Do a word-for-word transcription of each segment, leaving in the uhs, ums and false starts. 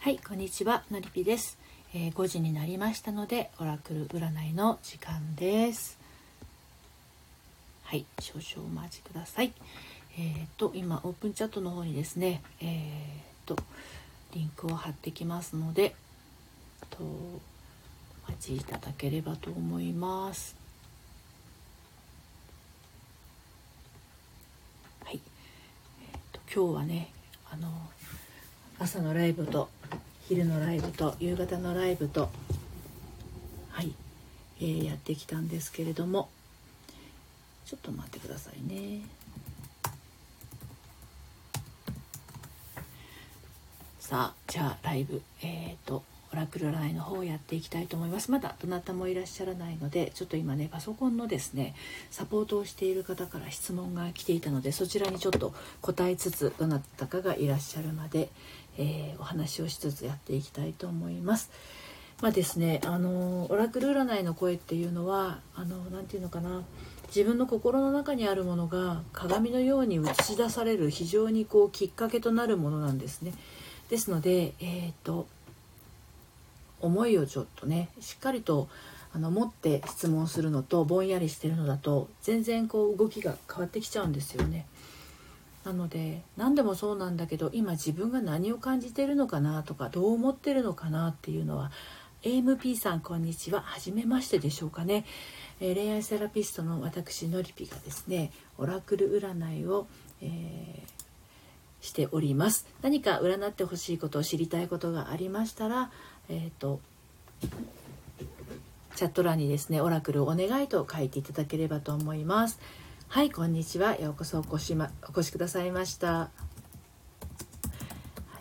はい、こんにちは、のりぴです、えー、ごじになりましたのでオラクル占いの時間です。はい、少々お待ちください。えーと今オープンチャットの方にですね、えーとリンクを貼ってきますのでとお待ちいただければと思います。はい、えーと今日はね、あの朝のライブと昼のライブと夕方のライブとはい、えー、やってきたんですけれども、ちょっと待ってくださいね。さあ、じゃあライブえーとオラクル占いの方をやっていきたいと思います。まだどなたもいらっしゃらないので、ちょっと今ねパソコンのですねサポートをしている方から質問が来ていたので、そちらにちょっと答えつつ、どなたかがいらっしゃるまで、えー、お話をしつつやっていきたいと思います。まあですね、あのオラクル占いの声っていうのは、あのなんていうのかな、自分の心の中にあるものが鏡のように映し出される非常にこうきっかけとなるものなんですね。ですので、えーと思いをちょっとねしっかりとあの持って質問するのと、ぼんやりしてるのだと全然こう動きが変わってきちゃうんですよね。なので何でもそうなんだけど、今自分が何を感じてるのかなとか、どう思ってるのかなっていうのは、 エーエムピー さんこんにちは、はじめましてでしょうかね。えー、恋愛セラピストの私のりぴがですね、オラクル占いを、えー、しております。何か占ってほしいこと、知りたいことがありましたら、えーとチャット欄にですね、オラクルお願いと書いていただければと思います。はい、こんにちは。ようこそお越し、ま、お越しくださいました。はい、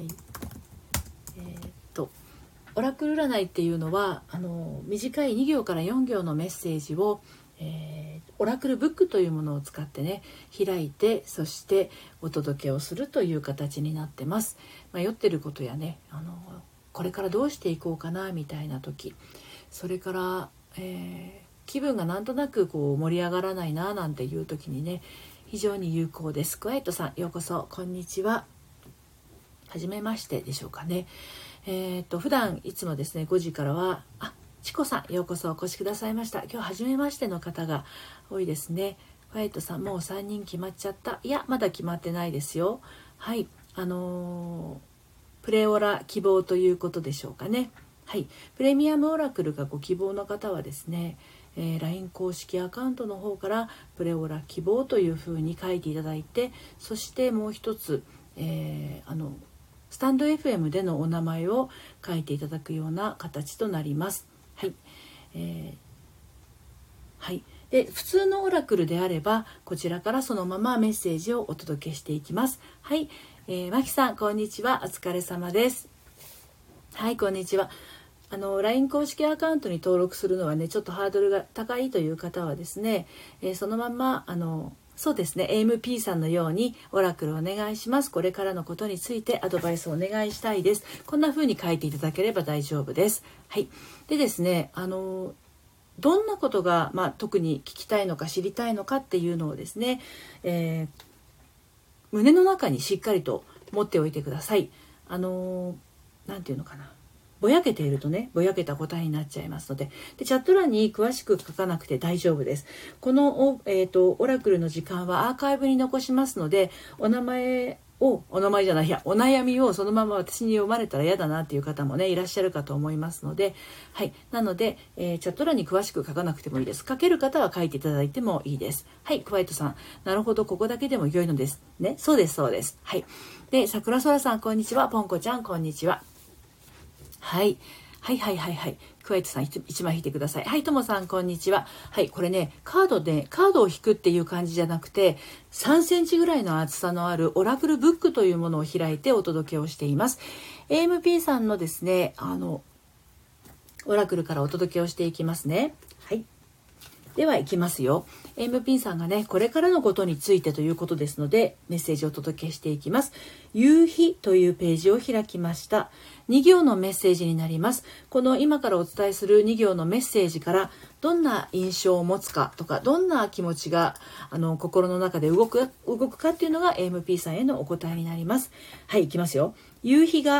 えー、っとオラクル占いっていうのは、あの短いに行からよん行のメッセージを、えー、オラクルブックというものを使ってね開いて、そしてお届けをするという形になってます。迷ってることやね、あのこれからどうしていこうかなみたいな時、それから、えー、気分がなんとなくこう盛り上がらないななんていう時にね、非常に有効です。クワイエットさん、ようこそ、こんにちは。はじめましてでしょうかね。えー、っと普段いつもですねごじからは、あ、チコさん、ようこそお越しくださいました。今日はじめましての方が多いですね。クワイエットさん、もうさんにん決まっちゃった。いや、まだ決まってないですよ。はい、あのー、プレオラ希望ということでしょうかね。はい、プレミアムオラクルがご希望の方はですね、えー、ライン 公式アカウントの方からプレオラ希望というふうに書いていただいて、そしてもう一つ、えー、あのスタンド エフエム でのお名前を書いていただくような形となります。はい、えーはい、で普通のオラクルであれば、こちらからそのままメッセージをお届けしていきます。はい、えー、マキさん、こんにちは。お疲れ様です。はい、こんにちは。あの ライン 公式アカウントに登録するのはね、ちょっとハードルが高いという方はですね、えー、そのままあのそうですね エーエムピー さんのようにオラクルお願いします、これからのことについてアドバイスをお願いしたいです、こんな風に書いていただければ大丈夫です。はい、でですね、あのどんなことが、まあ、特に聞きたいのか知りたいのかっていうのをですね、えー、胸の中にしっかりと持っておいてください。あのなんていうのかな、ぼやけているとね、ぼやけた答えになっちゃいますので、でチャット欄に詳しく書かなくて大丈夫です。この、えーと、オラクルの時間はアーカイブに残しますので、お名前を、お名前じゃないや、お悩みをそのまま私に読まれたら嫌だなっていう方もね、いらっしゃるかと思いますので、はい。なので、えー、チャット欄に詳しく書かなくてもいいです。書ける方は書いていただいてもいいです。はい。クワイエットさん、なるほど、ここだけでも良いのです。ね。そうです、そうです。はい。で、桜空さん、こんにちは。ポンコちゃん、こんにちは。はい。はいはいはいはい。クワイエットさん一枚引いてください。はい、ともさんこんにちは。はい、これね、カードで、カードを引くっていう感じじゃなくて、さんセンチぐらいの厚さのあるオラクルブックというものを開いてお届けをしています。エーエムピー さんのですね、あの、オラクルからお届けをしていきますね。はい。では行きますよ。エムピー さんがね、これからのことについてということですので、メッセージをお届けしていきます。夕日というページを開きました。に行のメッセージになります。この今からお伝えするに行のメッセージから、どんな印象を持つかとか、どんな気持ちがあの心の中で動く、動くかっていうのが エムピー さんへのお答えになります。はい、行きますよ。夕日が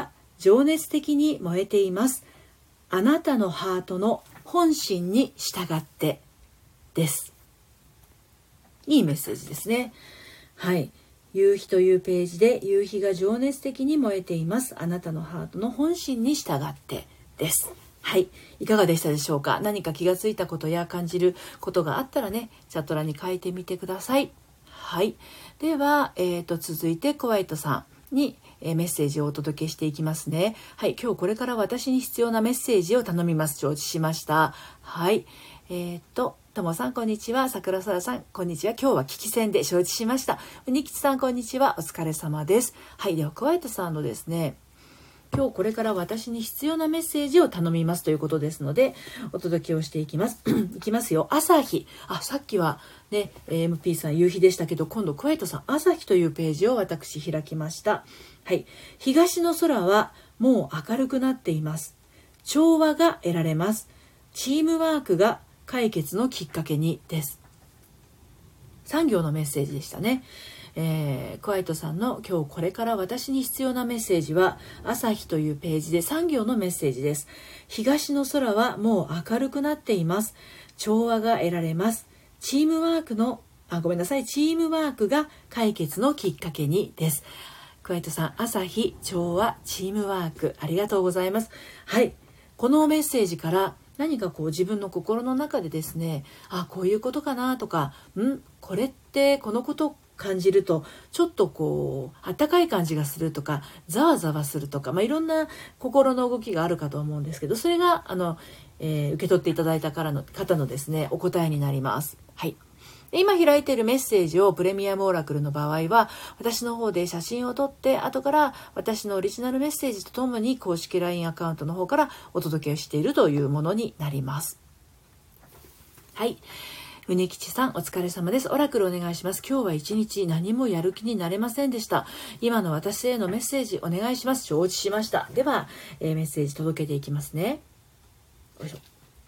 情熱的に燃えています。あなたのハートの本心に従ってです。いいメッセージですね。はい。夕日というページで、夕日が情熱的に燃えています。あなたのハートの本心に従ってです。はい。いかがでしたでしょうか。何か気がついたことや感じることがあったらね、チャット欄に書いてみてください。はい。では、えーと、続いてコワイトさんにメッセージをお届けしていきますね。はい。今日これから私に必要なメッセージを頼みます。承知しました。はい。えーと、ともさんこんにちは。桜空さんこんにちは。今日は聞き戦で承知しました。うにきちさんこんにちは。お疲れ様です。はい。ではコワイトさんのですね、今日これから私に必要なメッセージを頼みますということですので、お届けをしていきます。いきますよ。朝日。あ、さっきはね、エムピー さん夕日でしたけど、今度クワイトさん朝日というページを私開きました。はい。東の空はもう明るくなっています。調和が得られます。チームワークが解決のきっかけにです。さん行のメッセージでしたね。えー、クワイトさんの今日これから私に必要なメッセージは朝日というページでさん行のメッセージです。東の空はもう明るくなっています。調和が得られます。チームワークのあごめんなさいチームワークが解決のきっかけにです。クワイトさん朝日調和チームワークありがとうございます。はい、このメッセージから何かこう自分の心の中でですね、あこういうことかなとか、んこれってこのこと感じるとちょっとこうあったかい感じがするとかざわざわするとか、まあ、いろんな心の動きがあるかと思うんですけど、それがあの、えー、受け取っていただいたからの方のですねお答えになります。はい。今開いているメッセージをプレミアムオラクルの場合は私の方で写真を撮って後から私のオリジナルメッセージとともに公式 ライン アカウントの方からお届けをしているというものになります。はい。うにきちさんお疲れ様です。オラクルお願いします。今日は一日何もやる気になれませんでした。今の私へのメッセージお願いします。承知しました。では、えー、メッセージ届けていきますね。よいしょ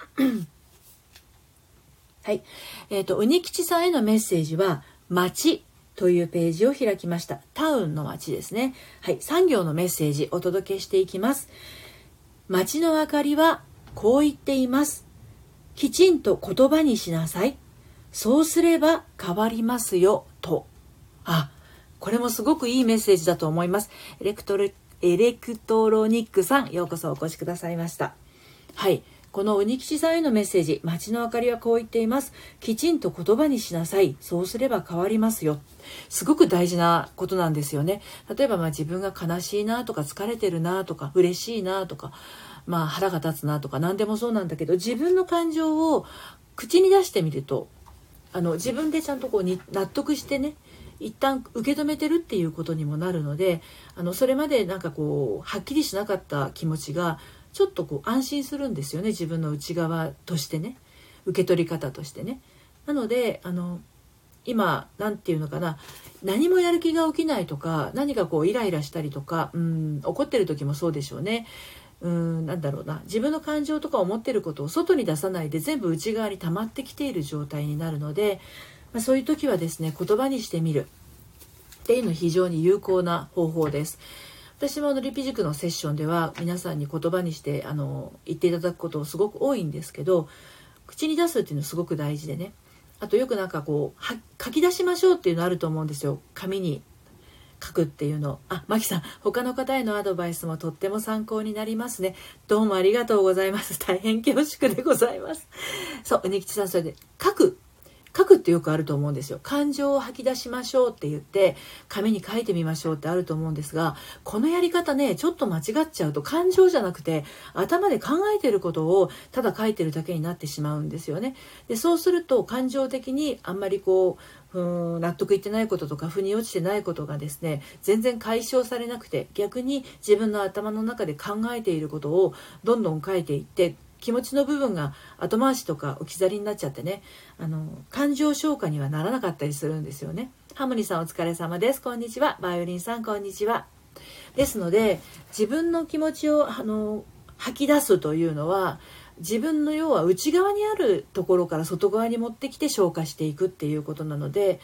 はい。えっと、うにきちさんへのメッセージは、街というページを開きました。タウンの街ですね。はい。さん行のメッセージお届けしていきます。街の明かりはこう言っています。きちんと言葉にしなさい。そうすれば変わりますよ、と。あ、これもすごくいいメッセージだと思います。エレクトロ、エレクトロニックさん、ようこそお越しくださいました。はい。このうにきちさんへのメッセージ、街の明かりはこう言っています。きちんと言葉にしなさい。そうすれば変わりますよ。すごく大事なことなんですよね。例えばまあ自分が悲しいなとか疲れてるなとか嬉しいなとか、まあ腹が立つなとか何でもそうなんだけど、自分の感情を口に出してみると、あの自分でちゃんとこうに納得してね、一旦受け止めてるっていうことにもなるので、あのそれまでなんかこうはっきりしなかった気持ちがちょっとこう安心するんですよね。自分の内側としてね、受け取り方としてね。なのであの今なんていうのかな、何もやる気が起きないとか、何かこうイライラしたりとか、うん、怒ってる時もそうでしょうね。うん、なんだろうな、自分の感情とか思ってることを外に出さないで全部内側に溜まってきている状態になるので、まあ、そういう時はですね言葉にしてみるっていうのは非常に有効な方法です。私もあのリピ塾のセッションでは皆さんに言葉にしてあの言っていただくことすごく多いんですけど、口に出すっていうのすごく大事でね、あとよくなんかこうは書き出しましょうっていうのあると思うんですよ。紙に書くっていうの。あ、マキさん、他の方へのアドバイスもとっても参考になりますね。どうもありがとうございます。大変恐縮でございます。そう、うにきちさん、それで書く書くってよくあると思うんですよ。感情を吐き出しましょうって言って紙に書いてみましょうってあると思うんですが、このやり方ねちょっと間違っちゃうと感情じゃなくて頭で考えていることをただ書いてるだけになってしまうんですよね。でそうすると感情的にあんまりこう、うーん納得いってないこととか腑に落ちてないことがですね全然解消されなくて、逆に自分の頭の中で考えていることをどんどん書いていって気持ちの部分が後回しとか置き去りになっちゃってね、あの感情消化にはならなかったりするんですよね。ハモニさんお疲れ様です。こんにちは。バイオリンさんこんにちは。ですので自分の気持ちをあの吐き出すというのは自分の要は内側にあるところから外側に持ってきて消化していくっていうことなので、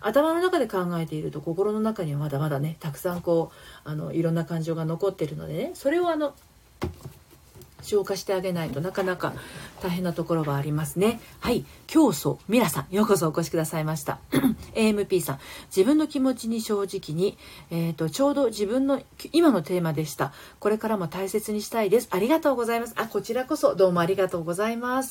頭の中で考えていると心の中にはまだまだねたくさんこうあのいろんな感情が残っているのでね、それをあの消化してあげないとなかなか大変なところはありますね。はい、教祖ミラさん、ようこそお越しくださいました。エーエムピー さん、自分の気持ちに正直に、えーと、ちょうど自分の今のテーマでした。これからも大切にしたいです。ありがとうございます。あ、こちらこそどうもありがとうございます。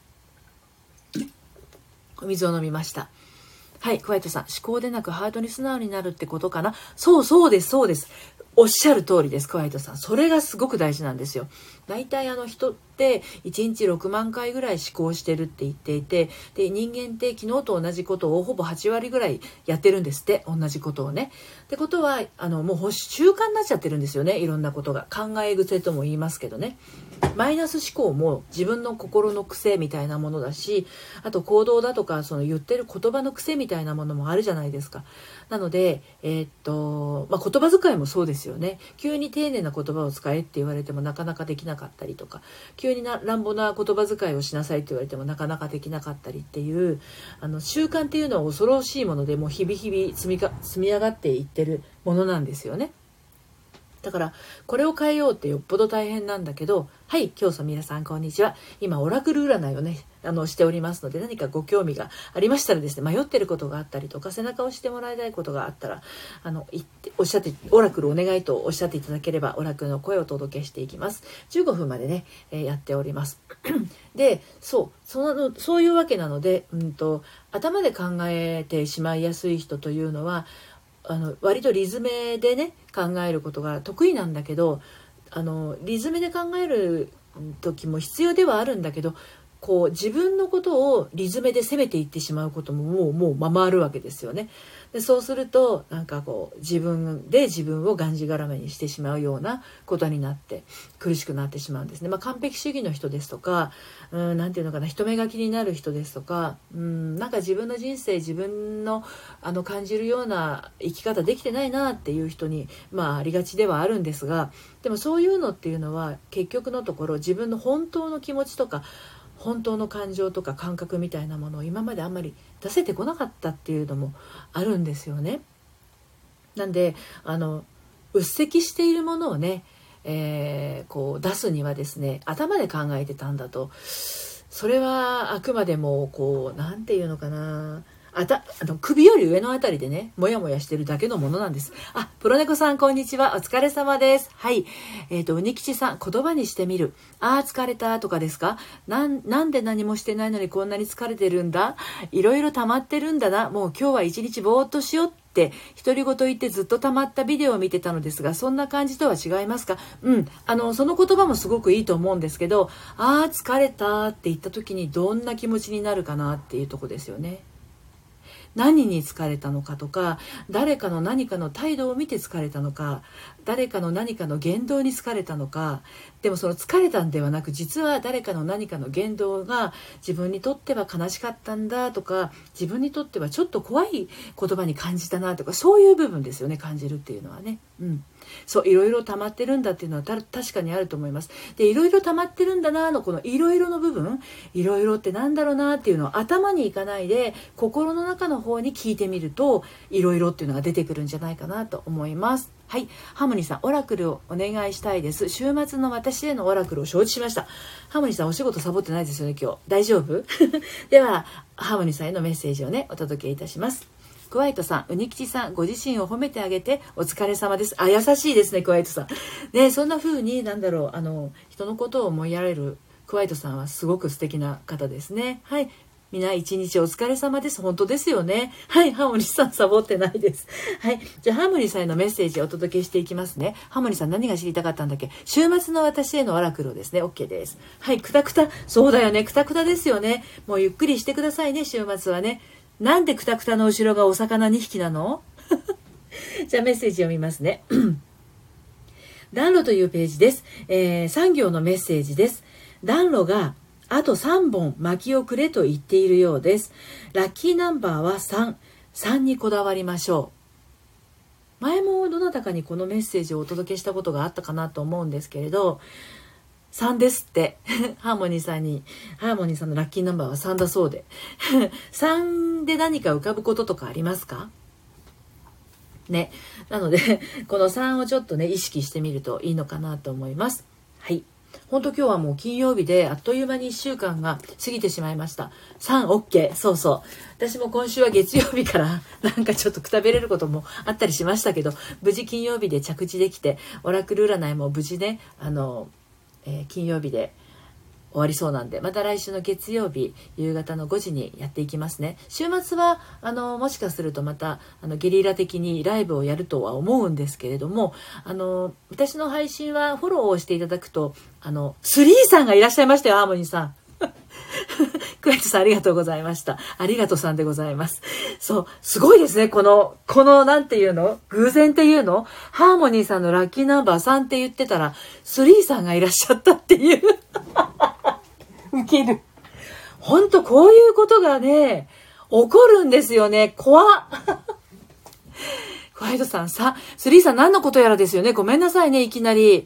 お水を飲みました。はい、クワイトさん、思考でなくハートに素直になるってことかな。そうそうです、そうです。おっしゃる通りです、クワイトさん。それがすごく大事なんですよ。大体あの人っていちにちろくまんかいぐらい思考してるって言っていて、で人間って昨日と同じことをほぼはちわりぐらいやってるんですって、同じことをね。ってことはあのもう習慣になっちゃってるんですよね、いろんなことが。考え癖とも言いますけどね。マイナス思考も自分の心の癖みたいなものだし、あと行動だとかその言ってる言葉の癖みたいなものもあるじゃないですか。なので、えーっとまあ、言葉遣いもそうですよね。急に丁寧な言葉を使えって言われてもなかなかできなかったりとか、急にな乱暴な言葉遣いをしなさいって言われてもなかなかできなかったりっていう、あの習慣っていうのは恐ろしいもので、もう日々日々積みか積み上がっていってるものなんですよね。だからこれを変えようってよっぽど大変なんだけど、はい、教祖皆さんこんにちは。今オラクル占いをねあのしておりますので、何かご興味がありましたらですね、迷ってることがあったりとか背中を押してもらいたいことがあったら、あの言っておっしゃってオラクルお願いとおっしゃっていただければオラクルの声をお届けしていきます。じゅうごふんまでね、えー、やっておりますで、そうそのそういうわけなので、うんと頭で考えてしまいやすい人というのはあの割とリズムでね考えることが得意なんだけど、あのリズムで考える時も必要ではあるんだけど、こう自分のことをリズムで責めていってしまうことももうもうままあるわけですよね。でそうするとなんかこう自分で自分をがんじがらめにしてしまうようなことになって苦しくなってしまうんですね。まあ、完璧主義の人ですとか、うん、なんていうのかな、人目が気になる人ですとか、うん、なんか自分の人生自分のあの感じるような生き方できてないなっていう人に、まあ、ありがちではあるんですが、でもそういうのっていうのは結局のところ自分の本当の気持ちとか本当の感情とか感覚みたいなものを今まであんまり出せてこなかったっていうのもあるんですよね。なんであのうっせきしているものをね、えー、こう出すにはですね、頭で考えてたんだと、それはあくまでもこうなんていうのかな、あたあの首より上のあたりでねもやもやしてるだけのものなんです。あ、プロネコさんこんにちは、お疲れ様です。はい、えーとうにきちさん、言葉にしてみる、あー疲れたとかですか。なん、なんで何もしてないのにこんなに疲れてるんだ、いろいろ溜まってるんだな、もう今日は一日ぼーっとしようって独り言言ってずっと溜まったビデオを見てたのですが、そんな感じとは違いますか。うん、あのその言葉もすごくいいと思うんですけど、あー疲れたって言った時にどんな気持ちになるかなっていうとこですよね。何に疲れたのかとか、誰かの何かの態度を見て疲れたのか、誰かの何かの言動に疲れたのか。でもその疲れたんではなく、実は誰かの何かの言動が自分にとっては悲しかったんだとか、自分にとってはちょっと怖い言葉に感じたなとか、そういう部分ですよね、感じるっていうのはね。うん、そういろいろ溜まってるんだっていうのはた確かにあると思います。でいろいろ溜まってるんだなのこのいろいろの部分、いろいろってなんだろうなっていうのを頭にいかないで心の中の方に聞いてみると、いろいろっていうのが出てくるんじゃないかなと思います。はい、ハモニさん、オラクルをお願いしたいです。週末の私へのオラクルを承知しました。ハモニさん、お仕事サボってないですよね今日。大丈夫ではハモニさんへのメッセージをねお届けいたします。クワイトさん、うにきちさん、ご自身を褒めてあげてお疲れ様です。あ、優しいですね、クワイトさん。ね、そんな風に、なんだろう、あの、人のことを思いやれるクワイトさんはすごく素敵な方ですね。はい。みんな一日お疲れ様です。本当ですよね。はい、ハモニさんサボってないです。はい。じゃあ、ハモニさんへのメッセージをお届けしていきますね。ハモニさん何が知りたかったんだっけ。週末の私へのオラクルですね。OK です。はい、くたくた。そうだよね。くたくたですよね。もうゆっくりしてくださいね、週末はね。なんでクタクタの後ろがお魚にひきなのじゃあメッセージ読みますね。暖炉というページです、えー、さん行のメッセージです。暖炉があとさんぼん薪をくれと言っているようです。ラッキーナンバーはさん。さんにこだわりましょう。前もどなたかにこのメッセージをお届けしたことがあったかなと思うんですけれど、 さんですってハーモニーさんにハーモニーさんのラッキーナンバーはさんだそうでさんで何か浮かぶこととかありますかね。なのでこのさんをちょっとね意識してみるといいのかなと思います。はい、本当今日はもう金曜日であっという間にいっしゅうかんが過ぎてしまいました。さん OK。 そうそう、私も今週は月曜日からなんかちょっとくたびれることもあったりしましたけど、無事金曜日で着地できて、オラクル占いも無事ねあのえー、金曜日で終わりそうなんで、また来週の月曜日夕方のごじにやっていきますね。週末はあのもしかするとまたあのゲリラ的にライブをやるとは思うんですけれども、あの私の配信はフォローをしていただくと、あのスリーさんがいらっしゃいましたよ。ハーモニーさんクワイトさんありがとうございました。ありがとうさんでございます。そう、すごいですね。この、この、なんていうの偶然っていうのハーモニーさんのラッキーナンバーさんって言ってたら、スリーさんがいらっしゃったっていう。ウケる。ほんとこういうことがね、起こるんですよね。怖っ。クワイトさんさ、スリーさん何のことやらですよね。ごめんなさいね、いきなり。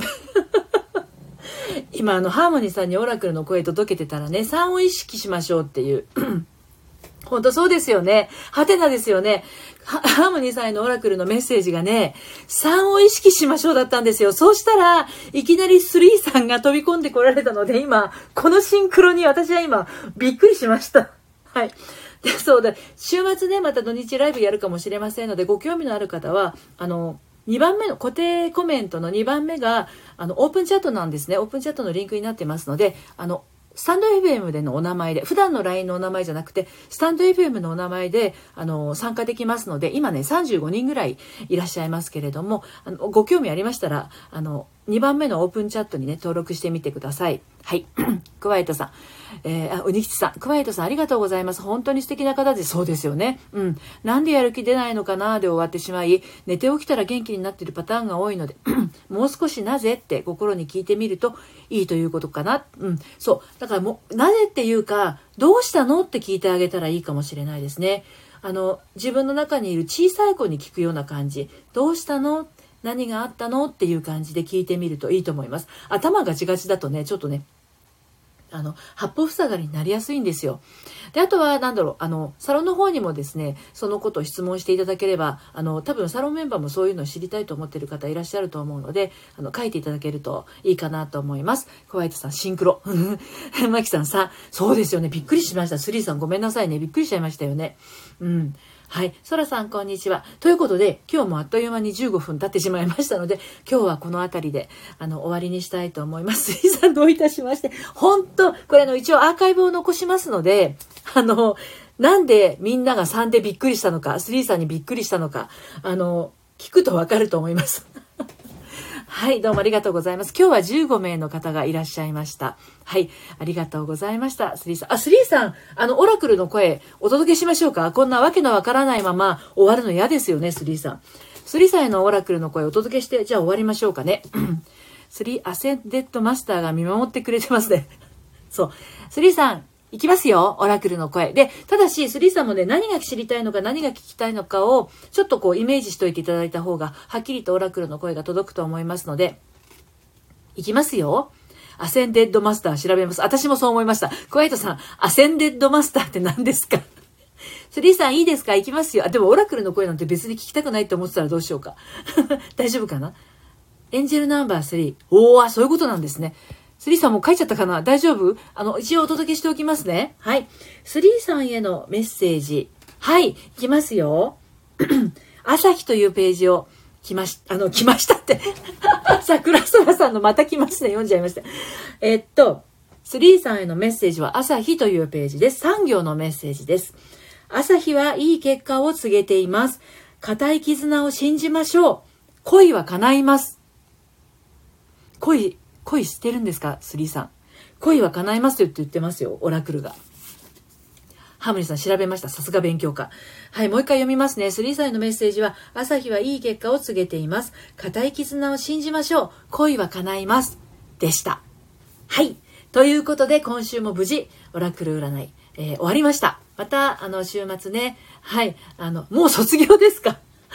今あのハーモニーさんにオラクルの声届けてたらね、さんを意識しましょうっていう本当そうですよね。ハテナですよね。ハーモニーさんへのオラクルのメッセージがね、さんを意識しましょうだったんですよ。そうしたらいきなりスリーさんが飛び込んでこられたので、今このシンクロに私は今びっくりしました。はい。で、そうだ、週末ねまた土日ライブやるかもしれませんので、ご興味のある方はあのにばんめの固定コメントのにばんめがあのオープンチャットなんですね。オープンチャットのリンクになってますので、あのスタンド エフエム でのお名前で、普段の ライン のお名前じゃなくてスタンド エフエム のお名前であの参加できますので、今ねさんじゅうごにんぐらいいらっしゃいますけれども、あのご興味ありましたらあのにばんめのオープンチャットにね登録してみてください。はい。クワイトさん、えー、あ、うにきちさん、クワイトさんありがとうございます。本当に素敵な方です。そうですよね。うん。なんでやる気出ないのかなで終わってしまい、寝て起きたら元気になっているパターンが多いので、もう少しなぜって心に聞いてみるといいということかな。うん。そう。だからもう、なぜっていうか、どうしたのって聞いてあげたらいいかもしれないですね。あの、自分の中にいる小さい子に聞くような感じ。どうしたの？何があったの？っていう感じで聞いてみるといいと思います。頭がガチガチだとね、ちょっとね、あの八方塞がりになりやすいんですよ。で、あとは何だろう、あのサロンの方にもですねそのことを質問していただければ、あの多分サロンメンバーもそういうのを知りたいと思っている方いらっしゃると思うので、あの書いていただけるといいかなと思います。ホワイトさんシンクロマキさんさ、そうですよね、びっくりしました。スリーさんごめんなさいね、びっくりしちゃいましたよね。うん、はい。ソラさん、こんにちは。ということで、今日もあっという間にじゅうごふん経ってしまいましたので、今日はこの辺りで、あの、終わりにしたいと思います。スリーさん、どういたしまして。本当これあの、一応アーカイブを残しますので、あの、なんでみんながさんでびっくりしたのか、スリーさんにびっくりしたのか、あの、聞くとわかると思います。はい、どうもありがとうございます。今日はじゅうごめいの方がいらっしゃいました。はい、ありがとうございました。スリーさん。あ、スリーさん、あの、オラクルの声、お届けしましょうか。こんなわけのわからないまま終わるの嫌ですよね、スリーさん。スリーさんへのオラクルの声をお届けして、じゃあ終わりましょうかね。スリーアセンデッドマスターが見守ってくれてますね。そう。スリーさん、いきますよ、オラクルの声。で、ただし、スリーさんもね、何が知りたいのか、何が聞きたいのかを、ちょっとこう、イメージしといていただいた方が、はっきりとオラクルの声が届くと思いますので、いきますよ。アセンデッドマスター調べます。私もそう思いました。クワイトさん、アセンデッドマスターって何ですか？スリーさんいいですか？いきますよ。あ、でもオラクルの声なんて別に聞きたくないって思ってたらどうしようか。大丈夫かな？エンジェルナンバースリー。おー、そういうことなんですね。スリーさんもう書いちゃったかな？大丈夫？あの、一応お届けしておきますね。はい。スリーさんへのメッセージ。はい、いきますよ。朝日というページを来まし、あの、来ましたって。桜空さんのまた来ますね。読んじゃいました。えっと、スリーさんへのメッセージは朝日というページです。さん行のメッセージです。朝日はいい結果を告げています。固い絆を信じましょう。恋は叶います。恋、恋してるんですか？スリーさん。恋は叶いますよって言ってますよ。オラクルが。ハーモニーさん調べました。さすが勉強家。はい、もう一回読みますね。スリーさんへのメッセージは、朝日はいい結果を告げています。固い絆を信じましょう。恋は叶います。でした。はい。ということで、今週も無事、オラクル占い、えー、終わりました。また、あの、週末ね、はい、あの、もう卒業ですか？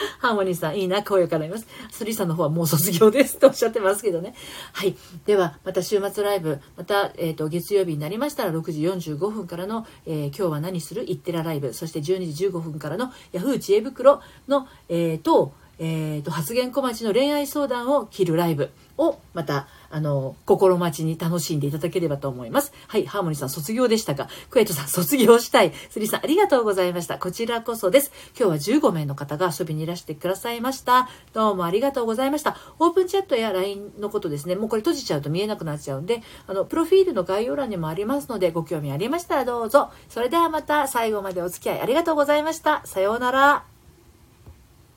ハーモニーさん、いいな、声から言います。スリーさんの方はもう卒業ですとおっしゃってますけどね。はい。では、また週末ライブ、また、えっと、月曜日になりましたら、ろくじよんじゅうごふんからの、えー、今日は何するイッテラライブ、そしてじゅうにじじゅうごふんからのヤフー知恵袋の、えー、と、えー、と、発言小町の恋愛相談を切るライブを、また、あの、心待ちに楽しんでいただければと思います。はい、ハーモニーさん卒業でしたが、クエイトさん卒業したい。スリーさんありがとうございました。こちらこそです。今日はじゅうごめいの方が遊びにいらしてくださいました。どうもありがとうございました。オープンチャットや ライン のことですね、もうこれ閉じちゃうと見えなくなっちゃうんで、あの、プロフィールの概要欄にもありますので、ご興味ありましたらどうぞ。それではまた最後までお付き合いありがとうございました。さようなら。